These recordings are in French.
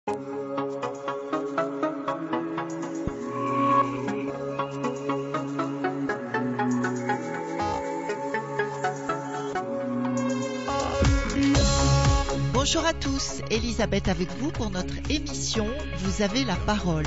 Bonjour à tous, Elisabeth avec vous pour notre émission Vous avez la parole.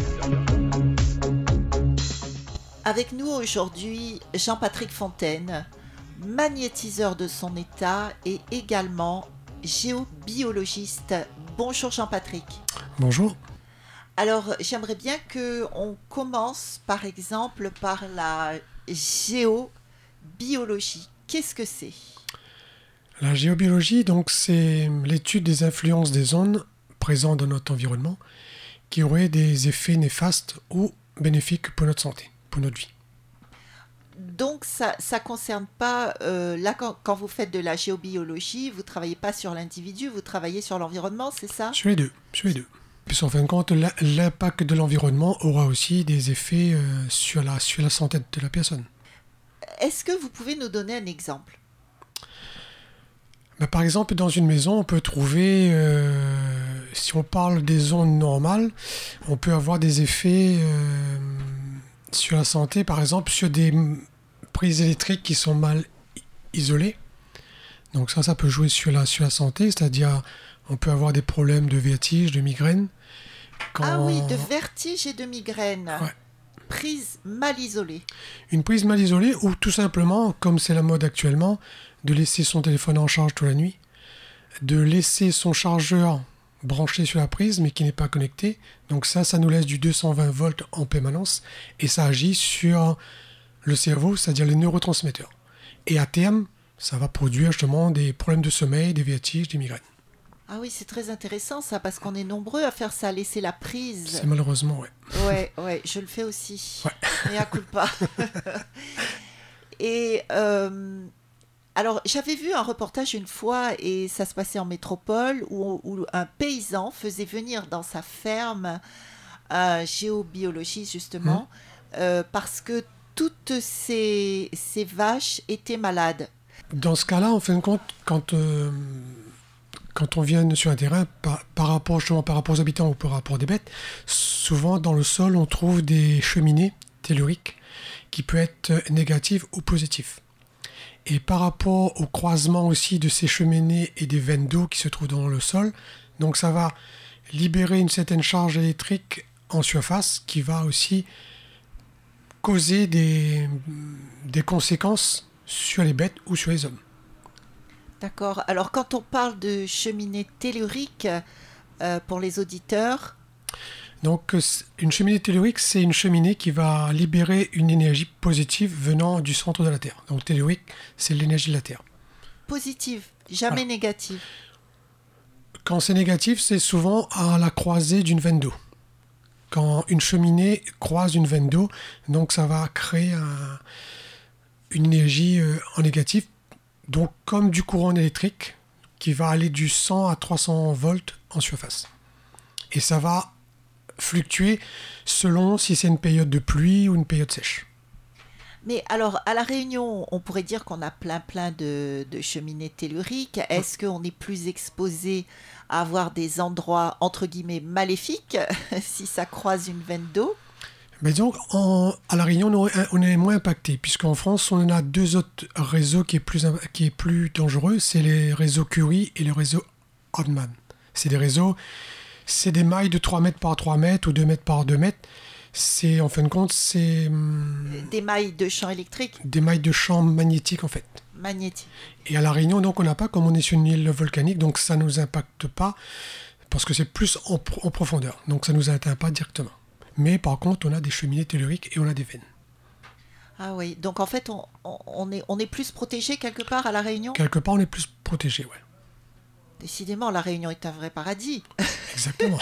Avec nous aujourd'hui Jean-Patrick Fontaine, magnétiseur de son état et également géobiologiste. Bonjour Jean-Patrick. Bonjour. Alors j'aimerais bien qu'on commence par exemple par la géobiologie. Qu'est-ce que c'est ? La géobiologie, donc, c'est l'étude des influences des ondes présentes dans notre environnement qui auraient des effets néfastes ou bénéfiques pour notre santé, pour notre vie. Donc ça concerne pas, là quand vous faites de la géobiologie, vous travaillez pas sur l'individu, vous travaillez sur l'environnement, c'est ça ? Sur les deux. Puis en fin de compte, l'impact de l'environnement aura aussi des effets sur la santé de la personne. Est-ce que vous pouvez nous donner un exemple ? Par exemple, dans une maison, on peut trouver, si on parle des ondes normales, on peut avoir des effets sur la santé, par exemple, sur des prises électriques qui sont mal isolées. Donc ça peut jouer sur la santé, c'est-à-dire on peut avoir des problèmes de vertige, de migraine. Ah oui, de vertige et de migraine. Ouais. Prise mal isolée. Une prise mal isolée ou tout simplement, comme c'est la mode actuellement, de laisser son téléphone en charge toute la nuit, de laisser son chargeur branché sur la prise mais qui n'est pas connecté. Donc ça nous laisse du 220 volts en permanence et ça agit sur le cerveau, c'est-à-dire les neurotransmetteurs. Et à terme, ça va produire justement des problèmes de sommeil, des vertiges, des migraines. Ah oui, c'est très intéressant ça, parce qu'on est nombreux à faire ça, laisser la prise. C'est malheureusement, ouais. Ouais, je le fais aussi. Ouais. Mea culpa. Et alors, j'avais vu un reportage une fois, et ça se passait en métropole, où un paysan faisait venir dans sa ferme un géobiologiste, justement, parce que toutes ces vaches étaient malades. Dans ce cas-là, en fin de compte, quand on vient sur un terrain, par rapport aux habitants ou par rapport aux bêtes, souvent dans le sol, on trouve des cheminées telluriques qui peuvent être négatives ou positives. Et par rapport au croisement aussi de ces cheminées et des veines d'eau qui se trouvent dans le sol, donc ça va libérer une certaine charge électrique en surface qui va aussi causer des conséquences sur les bêtes ou sur les hommes. D'accord. Alors, quand on parle de cheminée tellurique, pour les auditeurs... Donc, une cheminée tellurique, c'est une cheminée qui va libérer une énergie positive venant du centre de la Terre. Donc, tellurique, c'est l'énergie de la Terre. Positive, jamais négative. Quand c'est négatif, c'est souvent à la croisée d'une veine d'eau. Quand une cheminée croise une veine d'eau, donc ça va créer une énergie en négatif. Donc, comme du courant électrique qui va aller du 100 à 300 volts en surface. Et ça va fluctuer selon si c'est une période de pluie ou une période sèche. Mais alors, à La Réunion, on pourrait dire qu'on a plein de cheminées telluriques. Est-ce qu'on est plus exposé à avoir des endroits, entre guillemets, maléfiques, si ça croise une veine d'eau ? Mais donc, à La Réunion, on est moins impacté, puisqu'en France, on en a deux autres réseaux qui est plus dangereux, c'est les réseaux Curie et le réseau Hartmann. C'est des mailles de 3 mètres par 3 mètres ou 2 mètres par 2 mètres. En fin de compte, c'est... Des mailles de champ électrique ? Des mailles de champ magnétique, en fait. Magnétique. Et à La Réunion, donc, on n'a pas, comme on est sur une île volcanique, donc ça ne nous impacte pas, parce que c'est plus en profondeur. Donc, ça ne nous atteint pas directement. Mais par contre, on a des cheminées telluriques et on a des veines. Ah oui, donc en fait, on est plus protégé quelque part à La Réunion ? Quelque part, on est plus protégé, ouais. Décidément, La Réunion est un vrai paradis. Exactement.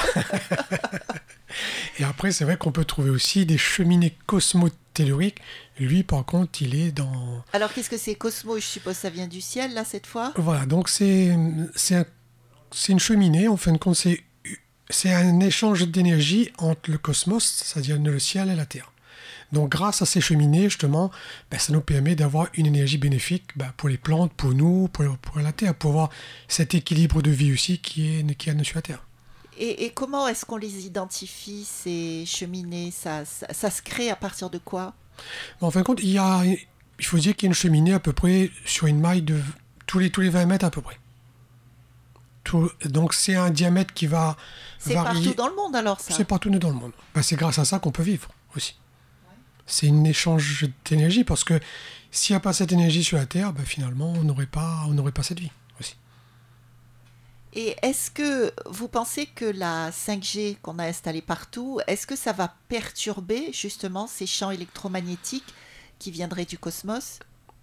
Et après, c'est vrai qu'on peut trouver aussi des cheminées cosmotelluriques. Lui, par contre, il est dans... Alors, qu'est-ce que c'est Cosmo ? Je suppose que ça vient du ciel, là, cette fois ? Voilà, donc c'est une cheminée. En fin de compte, c'est un échange d'énergie entre le cosmos, c'est-à-dire le ciel et la Terre. Donc grâce à ces cheminées, justement, ça nous permet d'avoir une énergie bénéfique pour les plantes, pour nous, pour la Terre, pour avoir cet équilibre de vie aussi qui est sur la Terre. Et comment est-ce qu'on les identifie, ces cheminées? Ça se crée à partir de quoi? En fin de compte, il faut dire qu'il y a une cheminée à peu près sur une maille de tous les 20 mètres à peu près. Donc c'est un diamètre qui va C'est varier. partout dans le monde alors ça? C'est partout dans le monde. C'est grâce à ça qu'on peut vivre aussi. C'est un échange d'énergie parce que s'il n'y a pas cette énergie sur la Terre, finalement on n'aurait pas cette vie aussi. Et est-ce que vous pensez que la 5G qu'on a installée partout, est-ce que ça va perturber justement ces champs électromagnétiques qui viendraient du cosmos?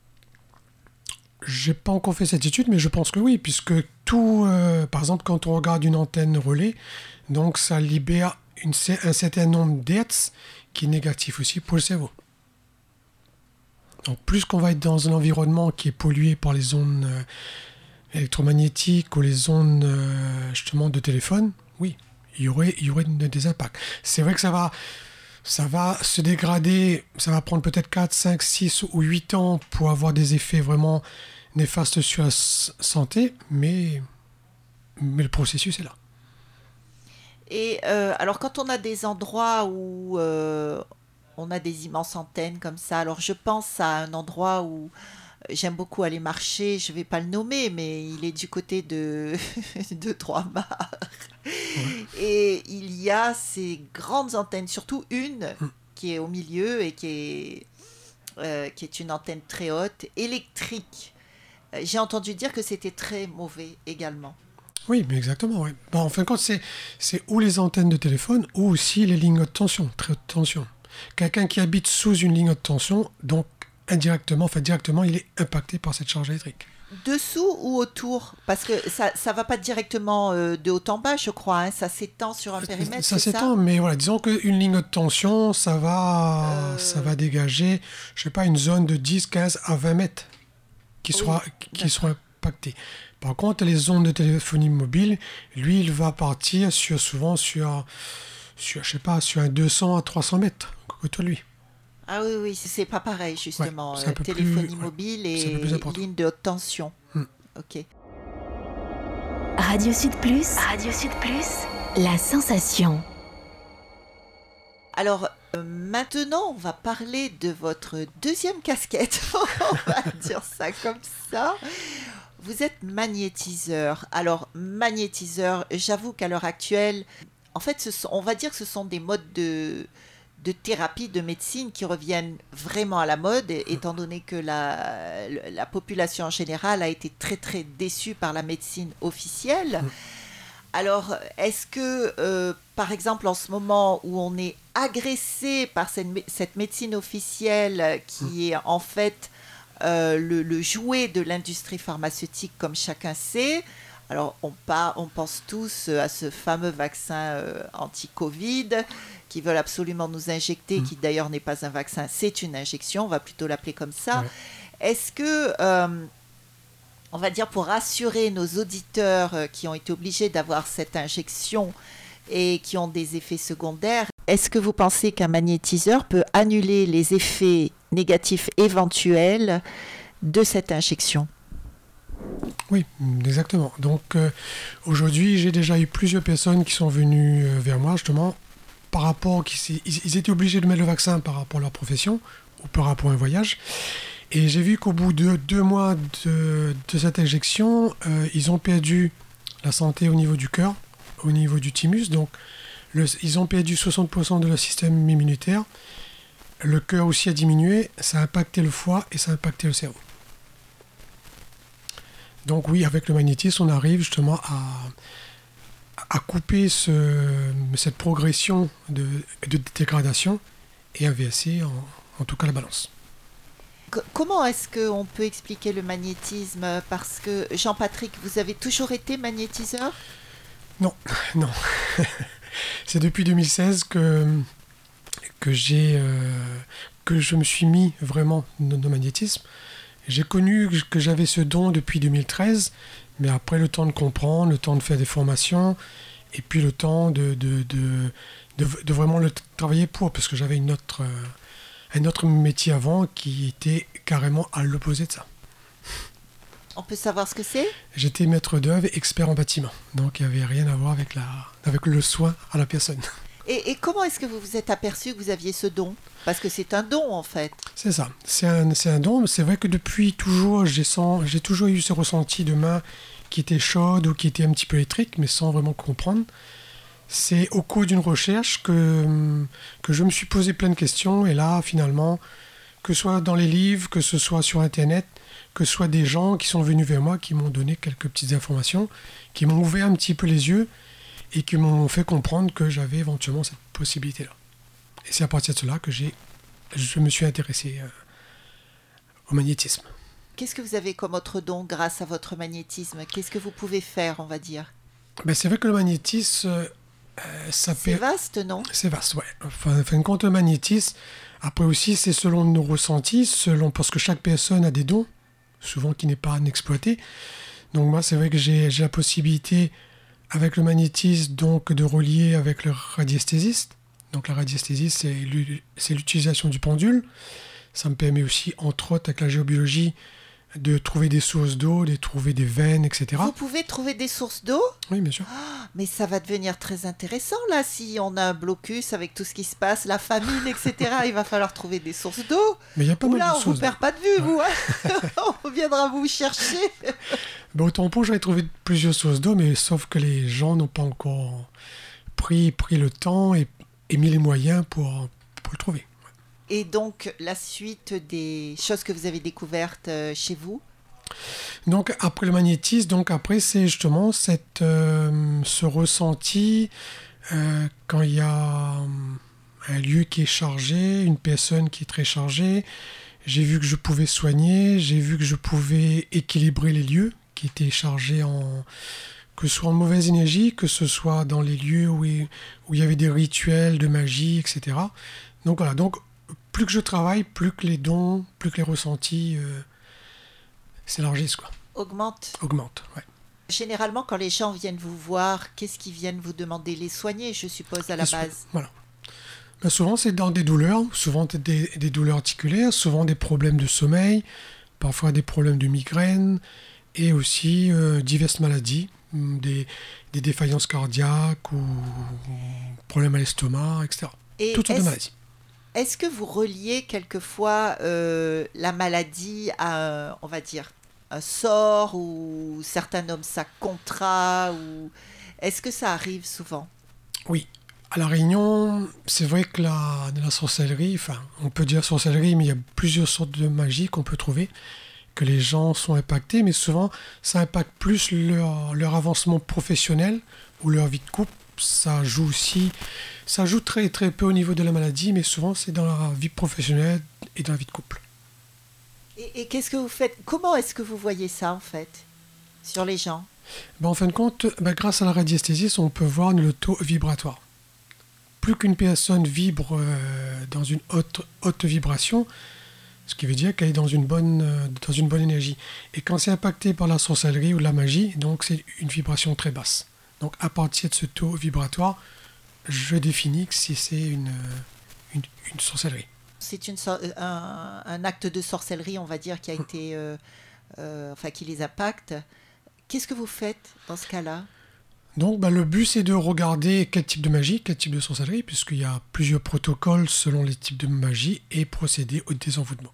J'ai pas encore fait cette étude, mais je pense que oui, puisque par exemple, quand on regarde une antenne relais, donc ça libère un certain nombre d'hertz qui est négatif aussi pour le cerveau. Donc plus qu'on va être dans un environnement qui est pollué par les ondes électromagnétiques ou les ondes justement de téléphone, oui, il y aurait des impacts. C'est vrai que ça va se dégrader, ça va prendre peut-être 4, 5, 6 ou 8 ans pour avoir des effets vraiment néfastes sur la santé, mais le processus est là. Et alors quand on a des endroits où on a des immenses antennes comme ça, alors je pense à un endroit où j'aime beaucoup aller marcher, je ne vais pas le nommer, mais il est du côté de Trois-Mâts. Ouais. Et il y a ces grandes antennes, surtout une qui est au milieu et qui est une antenne très haute, électrique. J'ai entendu dire que c'était très mauvais également. Oui, mais exactement. Ouais. En fin de compte, c'est ou les antennes de téléphone ou aussi les lignes haute tension, très haute tension. Quelqu'un qui habite sous une ligne haute tension, donc directement, il est impacté par cette charge électrique. Dessous ou autour? Parce que ça va pas directement de haut en bas, je crois. Hein. Ça s'étend sur un périmètre, Ça c'est s'étend, ça? mais voilà, disons qu'une ligne haute tension, ça va dégager, je sais pas, une zone de 10, 15 à 20 mètres qui Oui, seront d'accord. impactées. Par contre, les ondes de téléphonie mobile, lui, il va partir souvent sur, je sais pas, sur un 200 à 300 mètres autour de lui. Ah oui, oui, c'est pas pareil, Ouais, justement. c'est un peu plus, Téléphonie ouais, mobile c'est un peu plus et important. ligne de haute tension. Hmm. Ok. Radio Sud Plus, la sensation. Alors, maintenant, on va parler de votre deuxième casquette. On va dire ça comme ça. Vous êtes magnétiseur. Alors, magnétiseur, j'avoue qu'à l'heure actuelle, en fait, on va dire que ce sont des modes de thérapie, de médecine qui reviennent vraiment à la mode, étant donné que la population en général a été très très déçue par la médecine officielle. Alors, est-ce que, par exemple, en ce moment où on est agressé par cette médecine officielle qui est en fait le jouet de l'industrie pharmaceutique, comme chacun sait, alors on pense tous à ce fameux vaccin anti-Covid qui veulent absolument nous injecter, qui d'ailleurs n'est pas un vaccin, c'est une injection, on va plutôt l'appeler comme ça. Ouais. Est-ce que on va dire pour rassurer nos auditeurs qui ont été obligés d'avoir cette injection et qui ont des effets secondaires, est-ce que vous pensez qu'un magnétiseur peut annuler les effets négatifs éventuels de cette injection? Oui, exactement. Donc aujourd'hui, j'ai déjà eu plusieurs personnes qui sont venues vers moi justement par rapport, ils étaient obligés de mettre le vaccin par rapport à leur profession ou par rapport à un voyage. Et j'ai vu qu'au bout de 2 mois de cette injection, ils ont perdu la santé au niveau du cœur, au niveau du thymus. Donc, ils ont perdu 60% de leur système immunitaire. Le cœur aussi a diminué. Ça a impacté le foie et ça a impacté le cerveau. Donc oui, avec le magnétisme, on arrive justement à couper cette progression de dégradation et inverser en tout cas la balance. Comment est-ce qu'on peut expliquer le magnétisme? Parce que Jean-Patrick, vous avez toujours été magnétiseur? Non, non. C'est depuis 2016 que je me suis mis vraiment dans le magnétisme. J'ai connu que j'avais ce don depuis 2013, mais après le temps de comprendre, le temps de faire des formations, et puis le temps de vraiment le travailler pour, parce que j'avais un autre métier avant qui était carrément à l'opposé de ça. On peut savoir ce que c'est? J'étais maître d'œuvre et expert en bâtiment. Donc il n'y avait rien à voir avec le soin à la personne. Et comment est-ce que vous vous êtes aperçu que vous aviez ce don? Parce que c'est un don en fait. C'est ça, c'est un don. C'est vrai que depuis toujours, j'ai toujours eu ce ressenti de main qui était chaude ou qui était un petit peu électrique, mais sans vraiment comprendre. C'est au cours d'une recherche que je me suis posé plein de questions. Et là, finalement, que ce soit dans les livres, que ce soit sur Internet, que ce soit des gens qui sont venus vers moi, qui m'ont donné quelques petites informations, qui m'ont ouvert un petit peu les yeux et qui m'ont fait comprendre que j'avais éventuellement cette possibilité-là. Et c'est à partir de cela que je me suis intéressé au magnétisme. Qu'est-ce que vous avez comme autre don grâce à votre magnétisme? Qu'est-ce que vous pouvez faire, on va dire? C'est vrai que le magnétisme, c'est vaste, non? C'est vaste, ouais. Enfin, en fin de compte, le magnétisme, après aussi, c'est selon nos ressentis, parce que chaque personne a des dons, souvent qui n'est pas exploité. Donc moi, c'est vrai que j'ai la possibilité, avec le magnétisme, donc de relier avec le radiesthésiste. Donc la radiesthésie, c'est l'utilisation du pendule. Ça me permet aussi, entre autres, avec la géobiologie, de trouver des sources d'eau, de trouver des veines, etc. Vous pouvez trouver des sources d'eau? Oui, bien sûr. Mais ça va devenir très intéressant, là, si on a un blocus avec tout ce qui se passe, la famine, etc. Il va falloir trouver des sources d'eau. Mais il y a pas mal de on sources. vous perd pas de vue, vous. Hein. On viendra vous chercher. Au tampon, j'avais trouvé plusieurs sources d'eau, mais sauf que les gens n'ont pas encore pris le temps et mis les moyens pour le trouver. Et donc, la suite des choses que vous avez découvertes chez vous? Donc, après le magnétisme, c'est justement ce ressenti quand il y a un lieu qui est chargé, une personne qui est très chargée. J'ai vu que je pouvais soigner, j'ai vu que je pouvais équilibrer les lieux qui étaient chargés que ce soit en mauvaise énergie, que ce soit dans les lieux où il y avait des rituels de magie, etc. Donc voilà, plus que je travaille, plus que les dons, plus que les ressentis s'élargissent, quoi. Augmente, ouais. Généralement, quand les gens viennent vous voir, qu'est-ce qu'ils viennent vous demander? Les soigner, je suppose, à la base. Voilà. Souvent, c'est dans des douleurs, souvent des douleurs articulaires, souvent des problèmes de sommeil, parfois des problèmes de migraine, et aussi diverses maladies, des défaillances cardiaques ou problèmes à l'estomac, etc. Toutes sortes de maladies. Est-ce que vous reliez quelquefois la maladie à, on va dire, un sort, ou certains nomment ça contrat, ou est-ce que ça arrive souvent? Oui. À La Réunion, c'est vrai que de la sorcellerie, enfin, on peut dire sorcellerie, mais il y a plusieurs sortes de magie qu'on peut trouver, que les gens sont impactés, mais souvent, ça impacte plus leur avancement professionnel ou leur vie de couple. Ça joue très très peu au niveau de la maladie, mais souvent, c'est dans la vie professionnelle et dans la vie de couple. Et qu'est-ce que vous faites? Comment est-ce que vous voyez ça, en fait, sur les gens? En fin de compte, grâce à la radiesthésie, on peut voir le taux vibratoire. Plus qu'une personne vibre dans une haute vibration, ce qui veut dire qu'elle est dans une bonne énergie. Et quand c'est impacté par la sorcellerie ou la magie, donc c'est une vibration très basse. Donc à partir de ce taux vibratoire, je définis que si c'est une sorcellerie. C'est un acte de sorcellerie, on va dire, qui a été, qui les impacte. Qu'est-ce que vous faites dans ce cas-là? Donc le but, c'est de regarder quel type de magie, quel type de sorcellerie, puisqu'il y a plusieurs protocoles selon les types de magie, et procéder au désenvoûtement.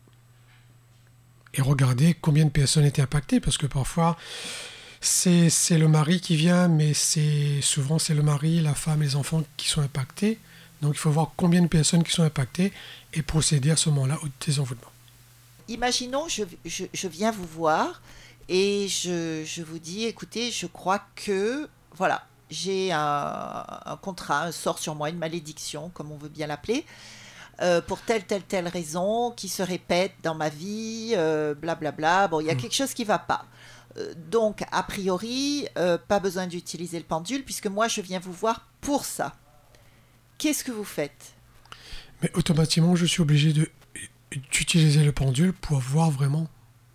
Et regarder combien de personnes étaient impactées, parce que parfois, c'est le mari qui vient, mais souvent c'est le mari, la femme, les enfants qui sont impactés. Donc il faut voir combien de personnes qui sont impactées et procéder à ce moment-là au désenvoûtement. Imaginons, je viens vous voir et je vous dis, écoutez, je crois que, voilà, j'ai un contrat, un sort sur moi, une malédiction, comme on veut bien l'appeler, pour telle raison, qui se répète dans ma vie, blablabla. Bon, il y a quelque chose qui ne va pas. Donc, a priori, pas besoin d'utiliser le pendule, puisque moi, je viens vous voir pour ça. Qu'est-ce que vous faites? Mais automatiquement, je suis obligé d'utiliser le pendule pour voir vraiment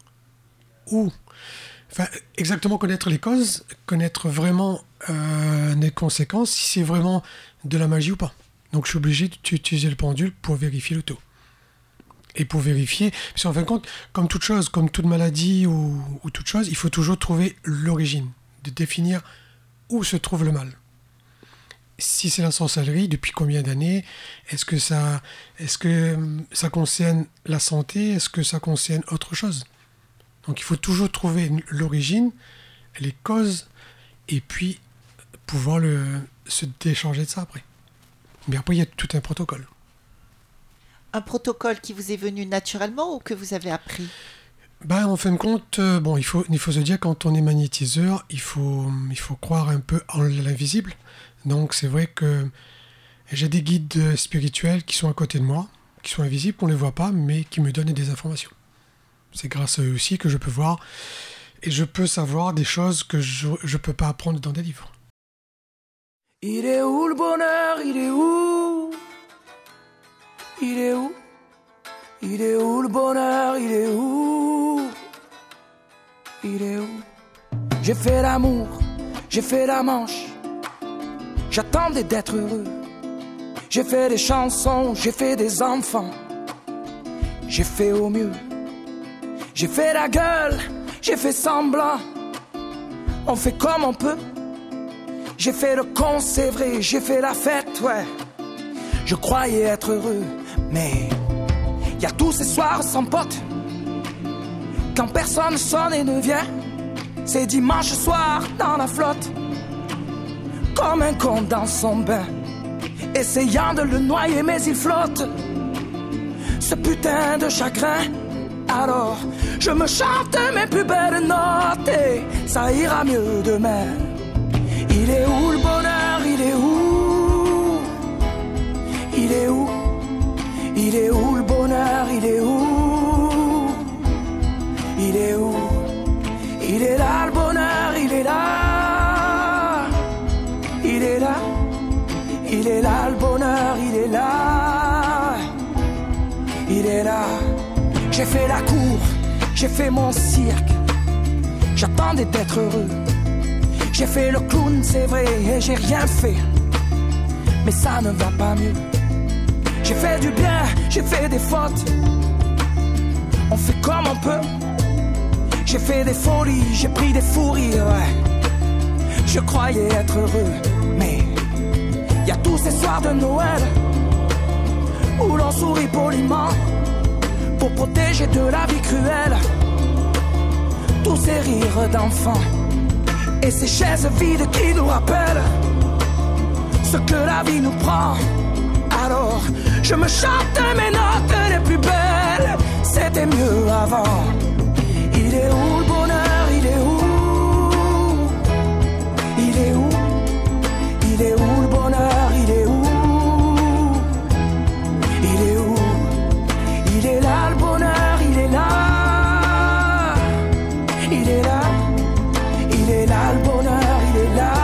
exactement connaître les causes, connaître vraiment les conséquences, si c'est vraiment de la magie ou pas. Donc je suis obligé d'utiliser le pendule pour vérifier le taux. Et pour vérifier, parce qu'en fin de compte, comme toute chose, comme toute maladie ou toute chose, il faut toujours trouver l'origine, de définir où se trouve le mal. Si c'est la sorcellerie, depuis combien d'années? Est-ce que ça concerne la santé? Est-ce que ça concerne autre chose? Donc il faut toujours trouver l'origine, les causes, et puis pouvoir se décharger de ça après. Mais après, il y a tout un protocole. Un protocole qui vous est venu naturellement ou que vous avez appris? En fin de compte, il faut se dire, quand on est magnétiseur, il faut croire un peu en l'invisible. Donc c'est vrai que j'ai des guides spirituels qui sont à côté de moi, qui sont invisibles, qu'on ne les voit pas, mais qui me donnent des informations. C'est grâce à eux aussi que je peux voir et je peux savoir des choses que je ne peux pas apprendre dans des livres. Il est où le bonheur? Il est où? Il est où? Il est où le bonheur? Il est où? Il est où? J'ai fait l'amour, j'ai fait la manche. J'attendais d'être heureux. J'ai fait des chansons, j'ai fait des enfants. J'ai fait au mieux. J'ai fait la gueule, j'ai fait semblant. On fait comme on peut. J'ai fait le con, c'est vrai, j'ai fait la fête, ouais. Je croyais être heureux, mais y a tous ces soirs sans potes. Quand personne sonne et ne vient, c'est dimanche soir dans la flotte. Comme un con dans son bain, essayant de le noyer mais il flotte. Ce putain de chagrin. Alors je me chante mes plus belles notes et ça ira mieux demain. Il est où le bonheur? Il est où? Il est où? Il est où le bonheur? Il est où? Il est où? Il est là le bonheur, il est là. Il est là. Il est là le bonheur, il est là. Il est là. J'ai fait la cour, j'ai fait mon cirque. J'attendais d'être heureux. J'ai fait le clown, c'est vrai, et j'ai rien fait. Mais ça ne va pas mieux. J'ai fait du bien, j'ai fait des fautes. On fait comme on peut. J'ai fait des folies, j'ai pris des fous rires, ouais. Je croyais être heureux, mais y a tous ces soirs de Noël où l'on sourit poliment pour protéger de la vie cruelle. Tous ces rires d'enfants et ces chaises vides qui nous rappellent ce que la vie nous prend. Alors je me chante mes notes les plus belles. C'était mieux avant. Il est où le bonheur? Il est où? Il est où? Il est où le bonheur? Il est où? Il est où? Il est là le bonheur, il est là. Il est là. Il est là le bonheur, il est là.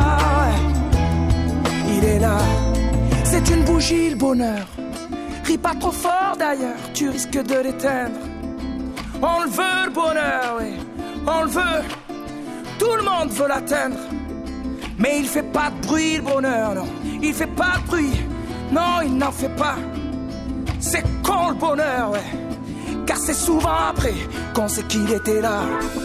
Il est là. C'est une bougie le bonheur. Ris pas trop fort d'ailleurs, tu risques de l'éteindre. On le veut le bonheur, oui. On le veut. Tout le monde veut l'atteindre. Mais il fait pas de bruit le bonheur, non. Il fait pas de bruit. Non, il n'en fait pas. C'est con le bonheur, ouais. Car c'est souvent après qu'on sait qu'il était là.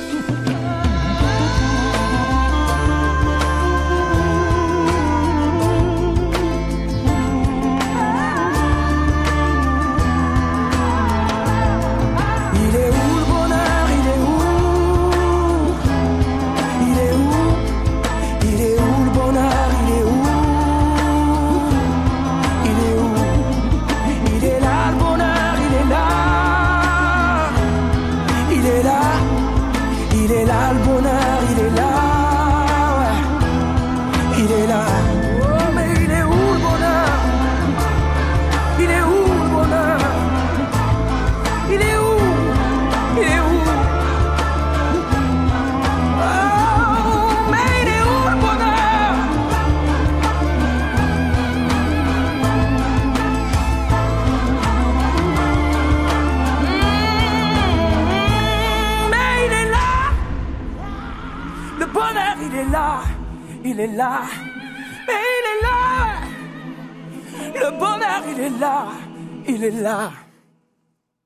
Il est là, mais il est là. Le bonheur, il est là, il est là.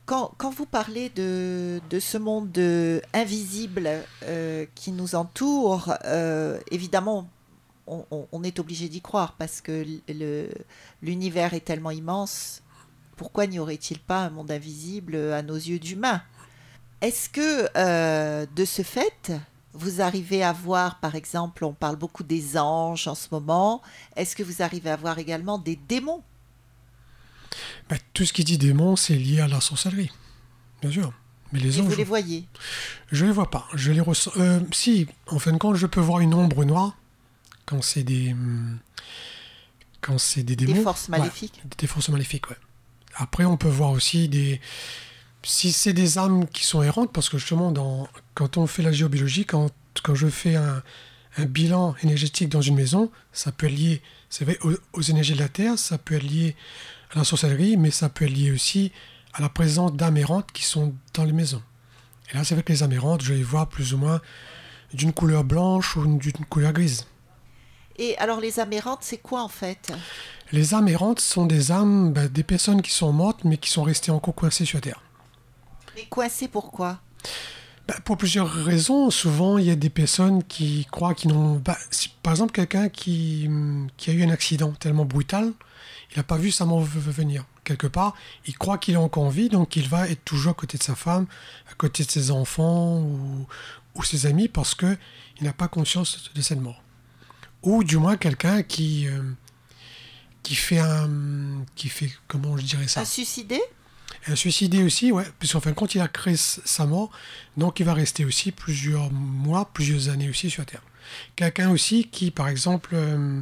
quand vous parlez de ce monde invisible qui nous entoure, évidemment, on est obligé d'y croire parce que l'univers est tellement immense. Pourquoi n'y aurait-il pas un monde invisible à nos yeux d'humains? Est-ce que, de ce fait, vous arrivez à voir, par exemple, on parle beaucoup des anges en ce moment, est-ce que vous arrivez à voir également des démons? Ben, tout ce qui dit démon, c'est lié à la sorcellerie, bien sûr. Mais les Et anges, vous les voyez? je les vois pas. Je les ressens. Si, en fin de compte, je peux voir une ombre noire quand c'est des démons. Des forces maléfiques? Ouais, des forces maléfiques, ouais. Après, on peut voir aussi si c'est des âmes qui sont errantes, parce que justement, quand on fait la géobiologie, quand je fais un bilan énergétique dans une maison, ça peut être lié, c'est vrai, aux énergies de la Terre, ça peut être lié à la sorcellerie, mais ça peut être lié aussi à la présence d'âmes errantes qui sont dans les maisons. Et là, c'est vrai que les âmes errantes, je les vois plus ou moins d'une couleur blanche ou d'une couleur grise. Et alors, les âmes errantes, c'est quoi en fait? Les âmes errantes sont des âmes, des personnes qui sont mortes, mais qui sont restées encore coincées sur Terre. Mais coincées pourquoi? Pour plusieurs raisons. Souvent, il y a des personnes qui croient qu'ils n'ont... par exemple, quelqu'un qui a eu un accident tellement brutal, il n'a pas vu sa mort venir. Quelque part, il croit qu'il est encore en vie, donc il va être toujours à côté de sa femme, à côté de ses enfants ou ses amis, parce qu'il n'a pas conscience de cette mort. Ou du moins quelqu'un qui fait comment je dirais ça? Un suicidé? Un suicidé aussi, ouais, puisqu'en fin de compte, il a créé sa mort, donc il va rester aussi plusieurs mois, plusieurs années aussi sur Terre. Quelqu'un aussi qui, par exemple,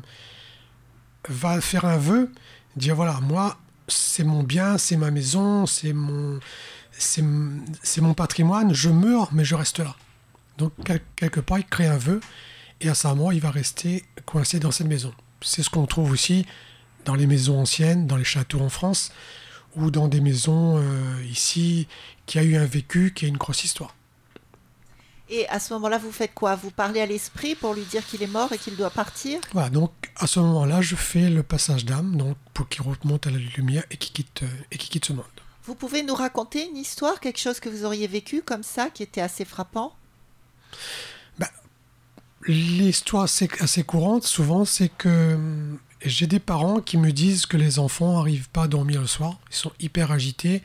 va faire un vœu, dire voilà, moi, c'est mon bien, c'est ma maison, c'est mon patrimoine, je meurs, mais je reste là. Donc, quelque part, il crée un vœu, et à sa mort, il va rester coincé dans cette maison. C'est ce qu'on trouve aussi dans les maisons anciennes, dans les châteaux en France, ou dans des maisons ici, qui a eu un vécu, qui a une grosse histoire. Et à ce moment-là, vous faites quoi? Vous parlez à l'esprit pour lui dire qu'il est mort et qu'il doit partir? Voilà, donc à ce moment-là, je fais le passage d'âme, donc pour qu'il remonte à la lumière et qu'il quitte ce monde. Vous pouvez nous raconter une histoire, quelque chose que vous auriez vécu comme ça, qui était assez frappant? L'histoire assez courante, souvent, c'est que j'ai des parents qui me disent que les enfants n'arrivent pas à dormir le soir, ils sont hyper agités.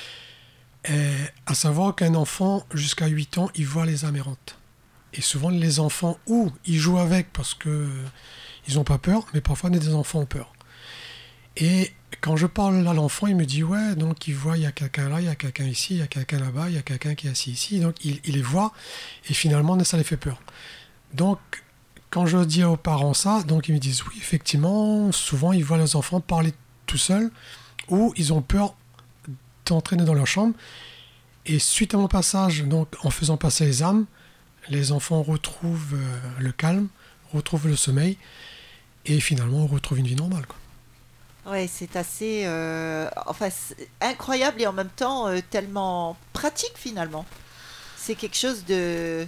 À savoir qu'un enfant, jusqu'à 8 ans, il voit les âmes errantes. Et souvent, les enfants, ou ils jouent avec parce qu'ils n'ont pas peur, mais parfois, des enfants ont peur. Et quand je parle à l'enfant, il me dit, ouais, donc il voit, il y a quelqu'un là, il y a quelqu'un ici, il y a quelqu'un là-bas, il y a quelqu'un qui est assis ici. Donc, il les voit, et finalement, ça les fait peur. Donc, quand je dis aux parents ça, donc ils me disent, oui, effectivement, souvent, ils voient leurs enfants parler tout seuls, ou ils ont peur d'entraîner dans leur chambre. Et suite à mon passage, donc en faisant passer les âmes, les enfants retrouvent le calme, retrouvent le sommeil, et finalement on retrouve une vie normale, quoi. Ouais, c'est assez incroyable et en même temps tellement pratique finalement. C'est quelque chose de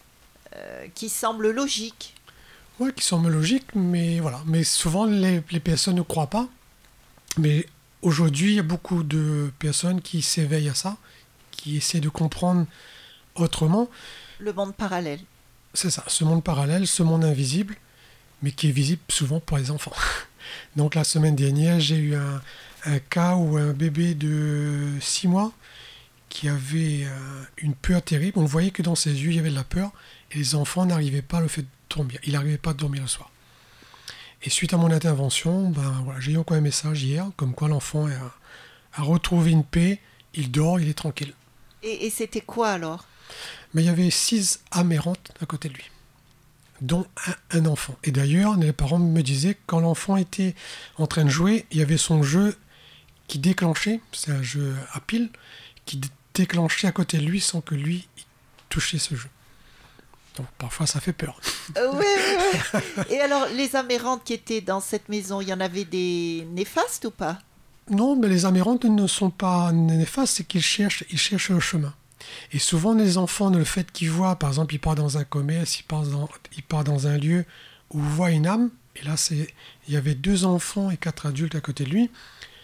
qui semble logique. Ouais, qui semble logique, mais voilà. Mais souvent les personnes ne croient pas. Mais aujourd'hui, il y a beaucoup de personnes qui s'éveillent à ça, qui essaient de comprendre autrement. Le monde parallèle. C'est ça, ce monde parallèle, ce monde invisible, mais qui est visible souvent pour les enfants. Donc la semaine dernière, j'ai eu un cas où un bébé de 6 mois qui avait une peur terrible. On voyait que dans ses yeux, il y avait de la peur, et les enfants n'arrivaient pas à le faire dormir. Il n'arrivait pas à dormir le soir. Et suite à mon intervention, j'ai eu encore un message hier, comme quoi l'enfant a retrouvé une paix, il dort, il est tranquille. Et c'était quoi alors? Mais il y avait 6 âmes errantes à côté de lui, dont un enfant. Et d'ailleurs, les parents me disaient que quand l'enfant était en train de jouer, il y avait son jeu qui déclenchait, c'est un jeu à pile, qui déclenchait à côté de lui sans que lui il touchait ce jeu. Donc parfois ça fait peur. Oui. Et alors, les âmes errantes qui étaient dans cette maison, il y en avait des néfastes ou pas? Non, mais les âmes errantes ne sont pas néfastes, c'est qu'ils cherchent le chemin. Et souvent, les enfants, le fait qu'ils voient, par exemple, ils partent dans un commerce, ils partent dans un lieu où ils voient une âme, et là, il y avait 2 enfants et 4 adultes à côté de lui.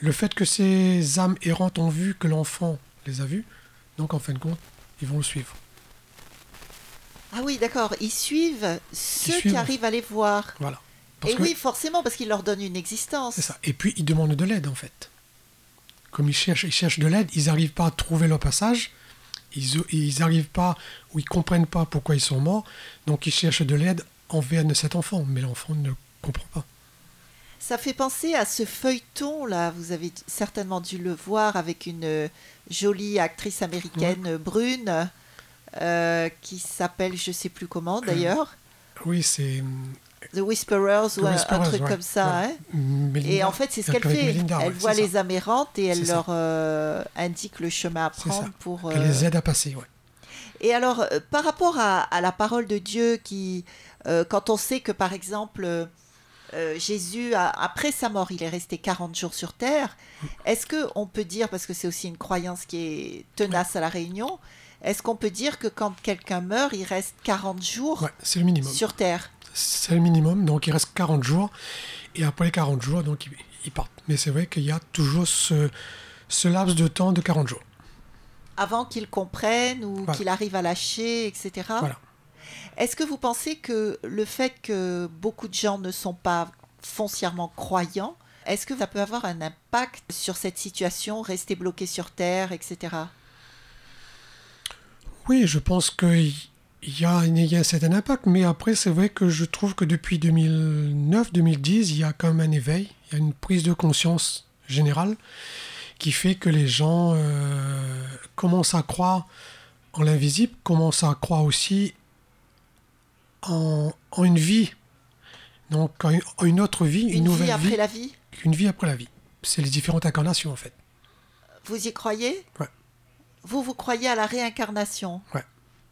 le fait que ces âmes errantes ont vu que l'enfant les a vus, donc en fin de compte, ils vont le suivre. Ah oui, d'accord. Ils suivent ceux suivent. qui arrivent à les voir. Voilà. Et oui, forcément, parce qu'ils leur donnent une existence. C'est ça. Et puis, ils demandent de l'aide, en fait. Comme ils cherchent de l'aide, ils n'arrivent pas à trouver leur passage, ils n'arrivent pas, ou ils ne comprennent pas pourquoi ils sont morts, donc ils cherchent de l'aide envers cet enfant, mais l'enfant ne comprend pas. Ça fait penser à ce feuilleton-là, vous avez certainement dû le voir, avec une jolie actrice américaine brune, qui s'appelle, je ne sais plus comment d'ailleurs. Oui, c'est... The Whisperers ou un truc comme ça. Ouais. Hein. Melinda, et en fait, c'est ce qu'elle fait. Melinda, elle voit les ça. âmes errantes et elle leur indique le chemin à prendre pour... Elle les aide à passer, ouais. Et alors, par rapport à la parole de Dieu, qui, quand on sait que, par exemple, Jésus, après sa mort, il est resté 40 jours sur Terre, est-ce qu'on peut dire, parce que c'est aussi une croyance qui est tenace à La Réunion, est-ce qu'on peut dire que quand quelqu'un meurt, il reste 40 jours c'est le minimum. Sur Terre? C'est le minimum, donc il reste 40 jours, et après les 40 jours, donc ils partent. Mais c'est vrai qu'il y a toujours ce laps de temps de 40 jours. Avant qu'ils comprennent ou qu'ils arrivent à lâcher, etc. Voilà. Est-ce que vous pensez que le fait que beaucoup de gens ne sont pas foncièrement croyants, est-ce que ça peut avoir un impact sur cette situation, rester bloqué sur Terre, etc. Oui, je pense qu'il y a un certain impact, mais après, c'est vrai que je trouve que depuis 2009-2010, il y a quand même un éveil, il y a une prise de conscience générale qui fait que les gens commencent à croire en l'invisible, commencent à croire aussi en une vie, donc en une autre vie, une nouvelle vie. Une vie après la vie ? Une vie après la vie. C'est les différentes incarnations, en fait. Vous y croyez ? Ouais. Vous croyez à la réincarnation ? Ouais.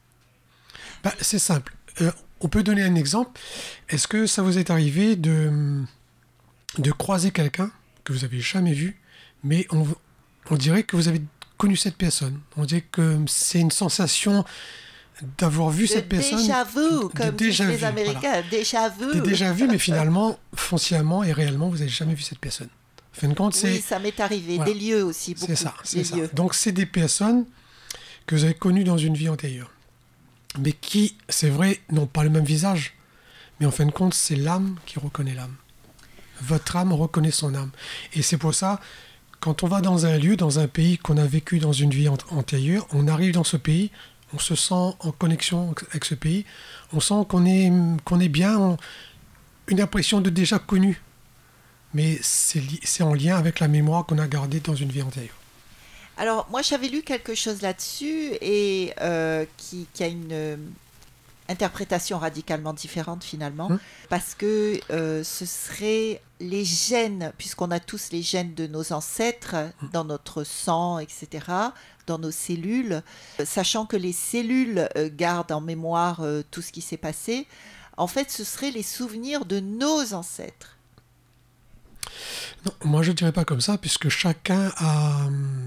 C'est simple. On peut donner un exemple. Est-ce que ça vous est arrivé de croiser quelqu'un que vous n'avez jamais vu, mais on dirait que vous avez connu cette personne. On dirait que c'est une sensation d'avoir vu cette personne. Déjà vu, comme disent les Américains. Voilà. Déjà vu. Déjà vu, mais finalement, foncièrement et réellement, vous n'avez jamais vu cette personne. En fin de compte, oui, ça m'est arrivé. Voilà. Des lieux aussi, beaucoup. C'est ça. Donc, c'est des personnes que vous avez connues dans une vie antérieure. Mais qui, c'est vrai, n'ont pas le même visage. Mais en fin de compte, c'est l'âme qui reconnaît l'âme. Votre âme reconnaît son âme. Et c'est pour ça, quand on va dans un lieu, dans un pays qu'on a vécu dans une vie antérieure, on arrive dans ce pays, on se sent en connexion avec ce pays, on sent qu'on est bien, une impression de déjà connu. Mais c'est en lien avec la mémoire qu'on a gardée dans une vie antérieure. Alors, moi, j'avais lu quelque chose là-dessus et qui a une interprétation radicalement différente finalement, parce que ce serait les gènes, puisqu'on a tous les gènes de nos ancêtres dans notre sang, etc., dans nos cellules, sachant que les cellules gardent en mémoire tout ce qui s'est passé, en fait, ce seraient les souvenirs de nos ancêtres. Non, moi je ne dirais pas comme ça, puisque chacun a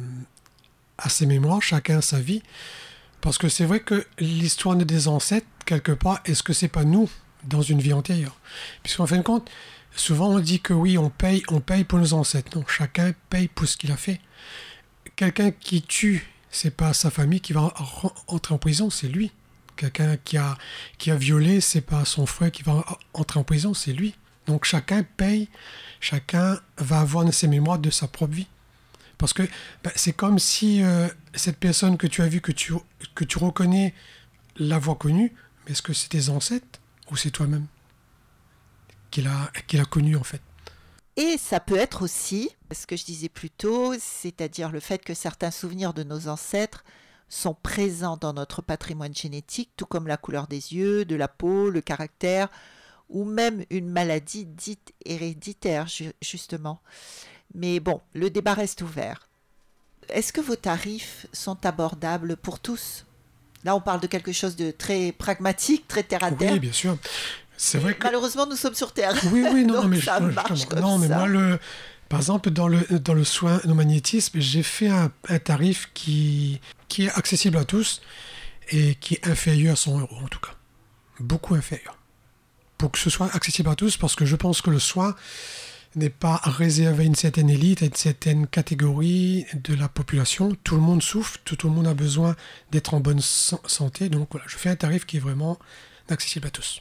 ses mémoires, chacun a sa vie. Parce que c'est vrai que l'histoire des ancêtres, quelque part, est-ce que c'est pas nous dans une vie antérieure ? Puisqu'en fin de compte, souvent on dit que oui, on paye pour nos ancêtres. Non, chacun paye pour ce qu'il a fait. Quelqu'un qui tue, c'est pas sa famille qui va entrer en prison, c'est lui. Quelqu'un qui a violé, c'est pas son frère qui va entrer en prison, c'est lui. Donc chacun paye, chacun va avoir ses mémoires de sa propre vie. Parce que c'est comme si cette personne que tu as vue, que tu reconnais l'avoir connue, mais est-ce que c'est tes ancêtres ou c'est toi-même qui l'a connue en fait ? Et ça peut être aussi, ce que je disais plus tôt, c'est-à-dire le fait que certains souvenirs de nos ancêtres sont présents dans notre patrimoine génétique, tout comme la couleur des yeux, de la peau, le caractère, ou même une maladie dite héréditaire, justement. Mais bon, le débat reste ouvert. Est-ce que vos tarifs sont abordables pour tous ? Là, on parle de quelque chose de très pragmatique, très terre-à-terre. Oui, bien sûr. C'est vrai que... Malheureusement, nous sommes sur Terre. Oui, non, donc mais ça marche comme non, mais ça. moi, par exemple, dans le soin au magnétisme, j'ai fait un tarif qui est accessible à tous et qui est inférieur à 100 € en tout cas. Beaucoup inférieur. Pour que ce soit accessible à tous, parce que je pense que le soin n'est pas réservé à une certaine élite, à une certaine catégorie de la population. Tout le monde souffre, tout le monde a besoin d'être en bonne santé. Donc voilà, je fais un tarif qui est vraiment accessible à tous.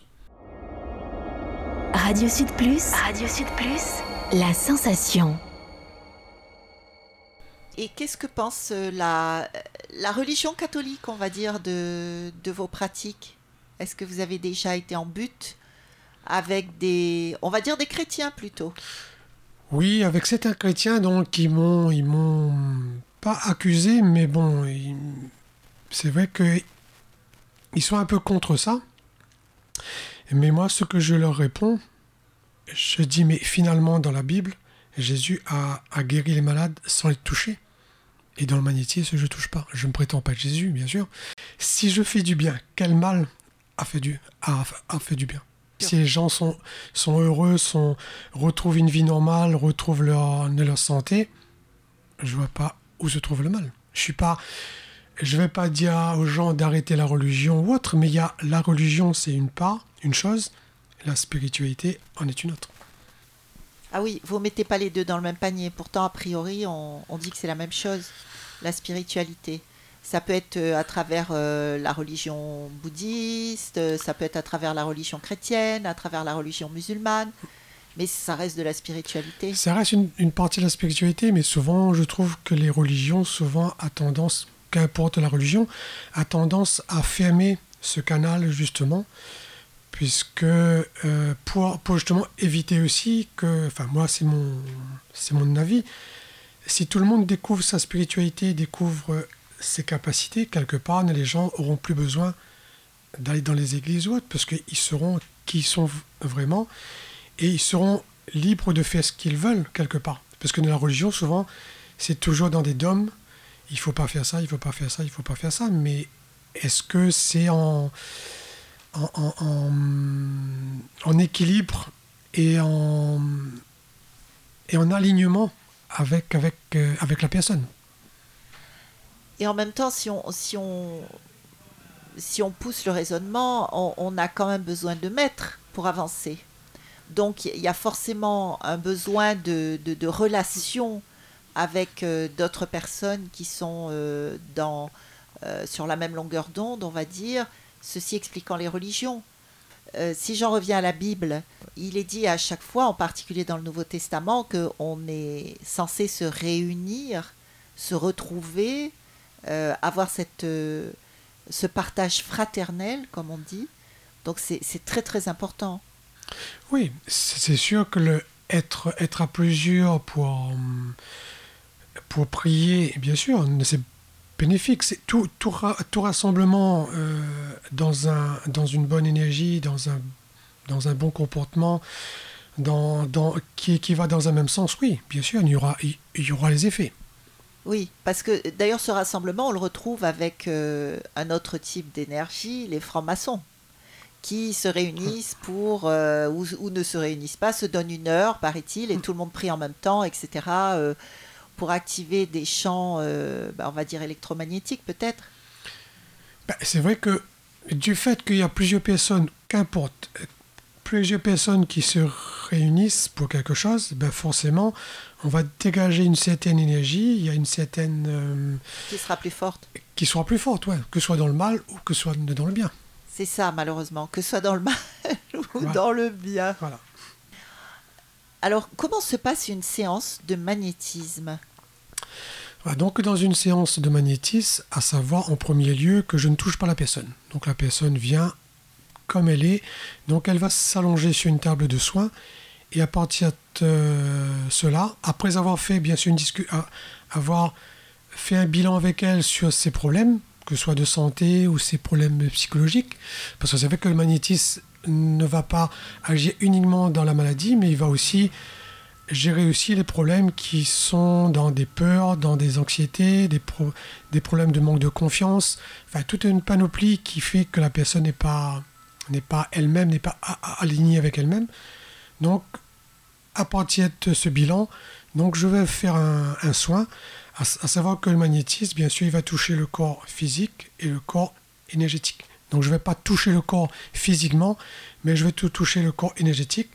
Radio Sud Plus, la sensation. Et qu'est-ce que pense la religion catholique, on va dire, de vos pratiques? Est-ce que vous avez déjà été en but avec on va dire des chrétiens plutôt? Oui, avec certains chrétiens, donc ils m'ont pas accusé, mais bon, c'est vrai que ils sont un peu contre ça. Mais moi, ce que je leur réponds, je dis, mais finalement, dans la Bible, Jésus a guéri les malades sans les toucher. Et dans le magnétisme, je ne touche pas. Je ne prétends pas être Jésus, bien sûr. Si je fais du bien, quel mal a fait du bien? Si les gens sont heureux, retrouvent une vie normale, retrouvent leur santé, je ne vois pas où se trouve le mal. Je ne vais pas dire aux gens d'arrêter la religion ou autre, mais la religion, c'est une chose, la spiritualité en est une autre. Ah oui, vous ne mettez pas les deux dans le même panier. Pourtant, a priori, on dit que c'est la même chose, la spiritualité. Ça peut être à travers la religion bouddhiste, ça peut être à travers la religion chrétienne, à travers la religion musulmane, mais ça reste de la spiritualité. Ça reste une partie de la spiritualité, mais souvent, je trouve que les religions, souvent, qu'importe la religion, a tendance à fermer ce canal, justement, puisque pour justement éviter aussi que, enfin moi c'est mon avis, si tout le monde découvre sa spiritualité, découvre ses capacités, quelque part les gens auront plus besoin d'aller dans les églises ou autres, parce qu'ils sauront qui ils sont vraiment, et ils seront libres de faire ce qu'ils veulent quelque part. Parce que dans la religion, souvent, c'est toujours dans des dogmes, il ne faut pas faire ça, il ne faut pas faire ça, il ne faut pas faire ça, mais est-ce que c'est en équilibre et en alignement avec la personne. Et en même temps, si on pousse le raisonnement, on a quand même besoin de maîtres pour avancer. Donc il y a forcément un besoin de relations avec d'autres personnes qui sont sur la même longueur d'onde, on va dire. Ceci expliquant les religions. Si j'en reviens à la Bible, il est dit à chaque fois, en particulier dans le Nouveau Testament, qu'on est censé se réunir, se retrouver, avoir ce partage fraternel, comme on dit. Donc c'est très très important. Oui, c'est sûr que être à plusieurs pour prier, bien sûr, c'est bénéfique. C'est tout rassemblement dans une bonne énergie, dans un bon comportement, qui va dans un même sens. Oui, bien sûr, il y aura les effets. Oui, parce que d'ailleurs ce rassemblement, on le retrouve avec un autre type d'énergie, les francs-maçons, qui se réunissent ou ne se réunissent pas, se donnent une heure, paraît-il, et tout le monde prie en même temps, etc., pour activer des champs, on va dire électromagnétiques peut-être. C'est vrai que du fait qu'il y a plusieurs personnes, qu'importe, plusieurs personnes qui se réunissent pour quelque chose, forcément, on va dégager une certaine énergie, il y a une certaine... qui sera plus forte. Qui sera plus forte, ouais, que ce soit dans le mal ou que ce soit dans le bien. C'est ça, malheureusement, que ce soit dans le mal ou dans le bien. Voilà. Alors, comment se passe une séance de magnétisme ? Donc, dans une séance de magnétisme, à savoir en premier lieu que je ne touche pas la personne. Donc, la personne vient comme elle est. Donc, elle va s'allonger sur une table de soins. Et à partir de cela, après avoir fait, bien sûr, avoir fait un bilan avec elle sur ses problèmes, que ce soit de santé ou ses problèmes psychologiques, parce que c'est vrai que le magnétisme ne va pas agir uniquement dans la maladie, mais il va aussi gérer aussi les problèmes qui sont dans des peurs, dans des anxiétés, des problèmes de manque de confiance, enfin toute une panoplie qui fait que la personne n'est pas elle-même, n'est pas alignée avec elle-même. Donc, à partir de ce bilan, donc je vais faire un soin, à savoir que le magnétisme, bien sûr, il va toucher le corps physique et le corps énergétique. Donc je ne vais pas toucher le corps physiquement, mais je vais tout toucher le corps énergétique.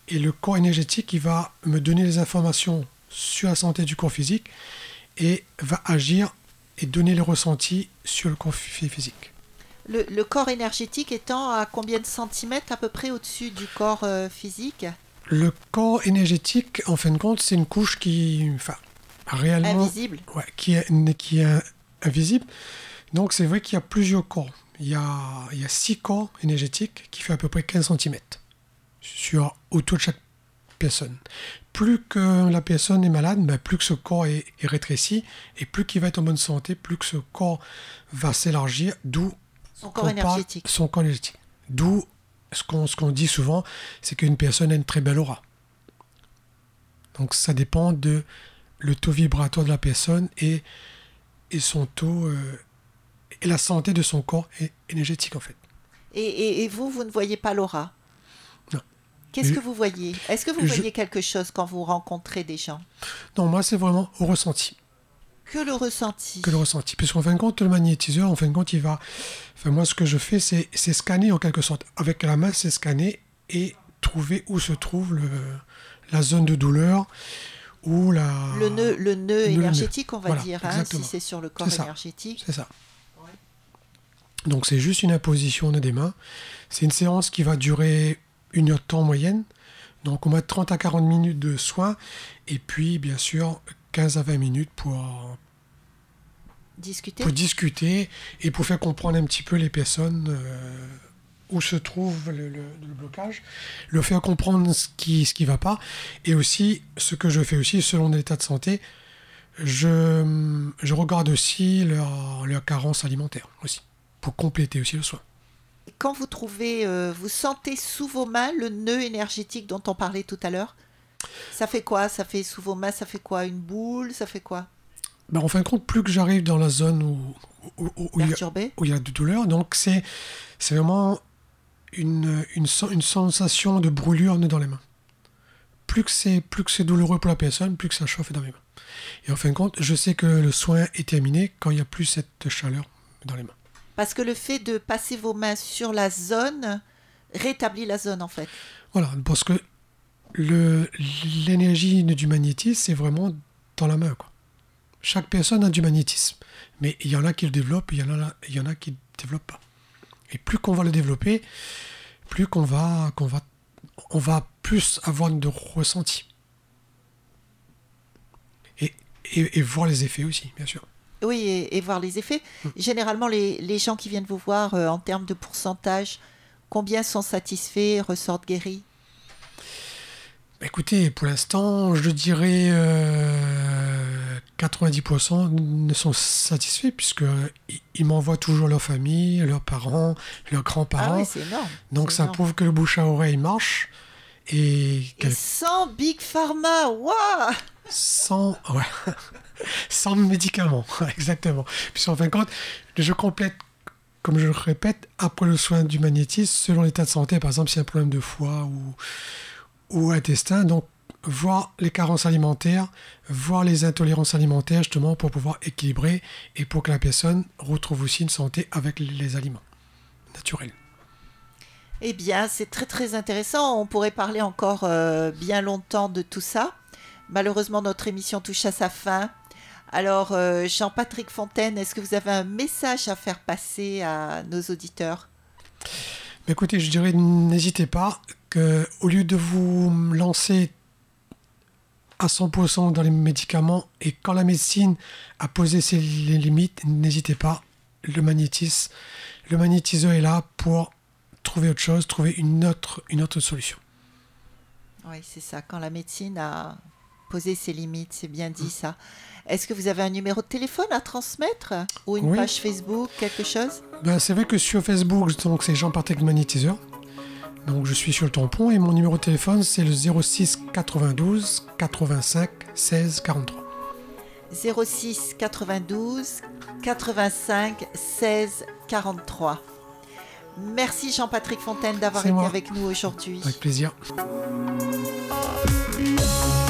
et le corps énergétique il va me donner les informations sur la santé du corps physique et va agir et donner les ressentis sur le corps physique. Le corps énergétique étant à combien de centimètres à peu près au-dessus du corps physique? Le corps énergétique, en fin de compte, c'est une couche qui, réellement, invisible. Ouais, qui est invisible. Donc c'est vrai qu'il y a plusieurs corps. Il y a 6 corps énergétiques qui fait à peu près 15 cm autour de chaque personne. Plus que la personne est malade, plus que ce corps est rétréci, et plus qu'il va être en bonne santé, plus que ce corps va s'élargir, d'où son corps énergétique. Son corps énergétique. D'où ce qu'on dit souvent, c'est qu'une personne a une très belle aura. Donc ça dépend de le taux vibratoire de la personne et son taux et la santé de son corps énergétique en fait. Et vous ne voyez pas l'aura? Non. Qu'est-ce que vous voyez? Est-ce que vous voyez quelque chose quand vous rencontrez des gens? Non, moi c'est vraiment au ressenti. Que le ressenti. Que le ressenti. Puisqu'en fin de compte, le magnétiseur, en fin de compte, il va... Enfin, moi, ce que je fais, c'est scanner en quelque sorte. Avec la main, c'est scanner et trouver où se trouve la zone de douleur ou la... Le nœud énergétique, on va dire, si c'est sur le corps énergétique. C'est ça. Ouais. Donc, c'est juste une imposition des mains. C'est une séance qui va durer 1 heure de temps en moyenne. Donc, on met 30 à 40 minutes de soins. Et puis, bien sûr... 15 à 20 minutes pour discuter et pour faire comprendre un petit peu les personnes où se trouve le blocage, leur faire comprendre ce qui va pas, et aussi ce que je fais aussi selon l'état de santé, je regarde aussi leur carence alimentaire aussi, pour compléter aussi le soin. Quand vous vous sentez sous vos mains le nœud énergétique dont on parlait tout à l'heure, ça fait quoi? Ça fait sous vos mains, ça fait quoi? Une boule? Ça fait quoi? En fin de compte, plus que j'arrive dans la zone où il y a de douleur, donc c'est vraiment une sensation de brûlure dans les mains. Plus que c'est douloureux pour la personne, plus que ça chauffe dans mes mains. Et en fin de compte, je sais que le soin est terminé quand il n'y a plus cette chaleur dans les mains. Parce que le fait de passer vos mains sur la zone rétablit la zone en fait. Voilà, parce que l'énergie du magnétisme, c'est vraiment dans la main, quoi. Chaque personne a du magnétisme, mais il y en a qui le développent, il y en a qui ne le développent pas. Et plus qu'on va le développer, plus on va plus avoir de ressenti. Et voir les effets aussi, bien sûr. Oui, et voir les effets. Généralement, les gens qui viennent vous voir, en termes de pourcentage, combien sont satisfaits, ressortent guéris? Écoutez, pour l'instant, je dirais 90% ne sont satisfaits puisqu'ils m'envoient toujours leur famille, leurs parents, leurs grands-parents. Ah oui, c'est énorme. Donc ça prouve que le bouche à oreille marche. Et sans Big Pharma, waouh! Sans médicaments, exactement. Puis en fin de compte, je complète, comme je le répète, après le soin du magnétisme, selon l'état de santé, par exemple, s'il y a un problème de foie ou intestin, donc voir les carences alimentaires, voir les intolérances alimentaires, justement, pour pouvoir équilibrer et pour que la personne retrouve aussi une santé avec les aliments naturels. Eh bien, c'est très très intéressant. On pourrait parler encore bien longtemps de tout ça. Malheureusement, notre émission touche à sa fin. Alors, Jean-Patrick Fontaine, est-ce que vous avez un message à faire passer à nos auditeurs? Écoutez, je dirais, n'hésitez pas, qu'au lieu de vous lancer à 100% dans les médicaments, et quand la médecine a posé ses limites, n'hésitez pas, le magnétiseur est là pour trouver autre chose, trouver une autre solution. Oui, c'est ça, quand la médecine a posé ses limites, c'est bien dit ça. Est-ce que vous avez un numéro de téléphone à transmettre ou une page Facebook, quelque chose? C'est vrai que sur Facebook, donc c'est Jean-Patrick Magnétiseur. Donc je suis sur le tampon et mon numéro de téléphone c'est le 06 92 85 16 43. 06 92 85 16 43. Merci Jean-Patrick Fontaine d'avoir été avec nous aujourd'hui. Avec plaisir.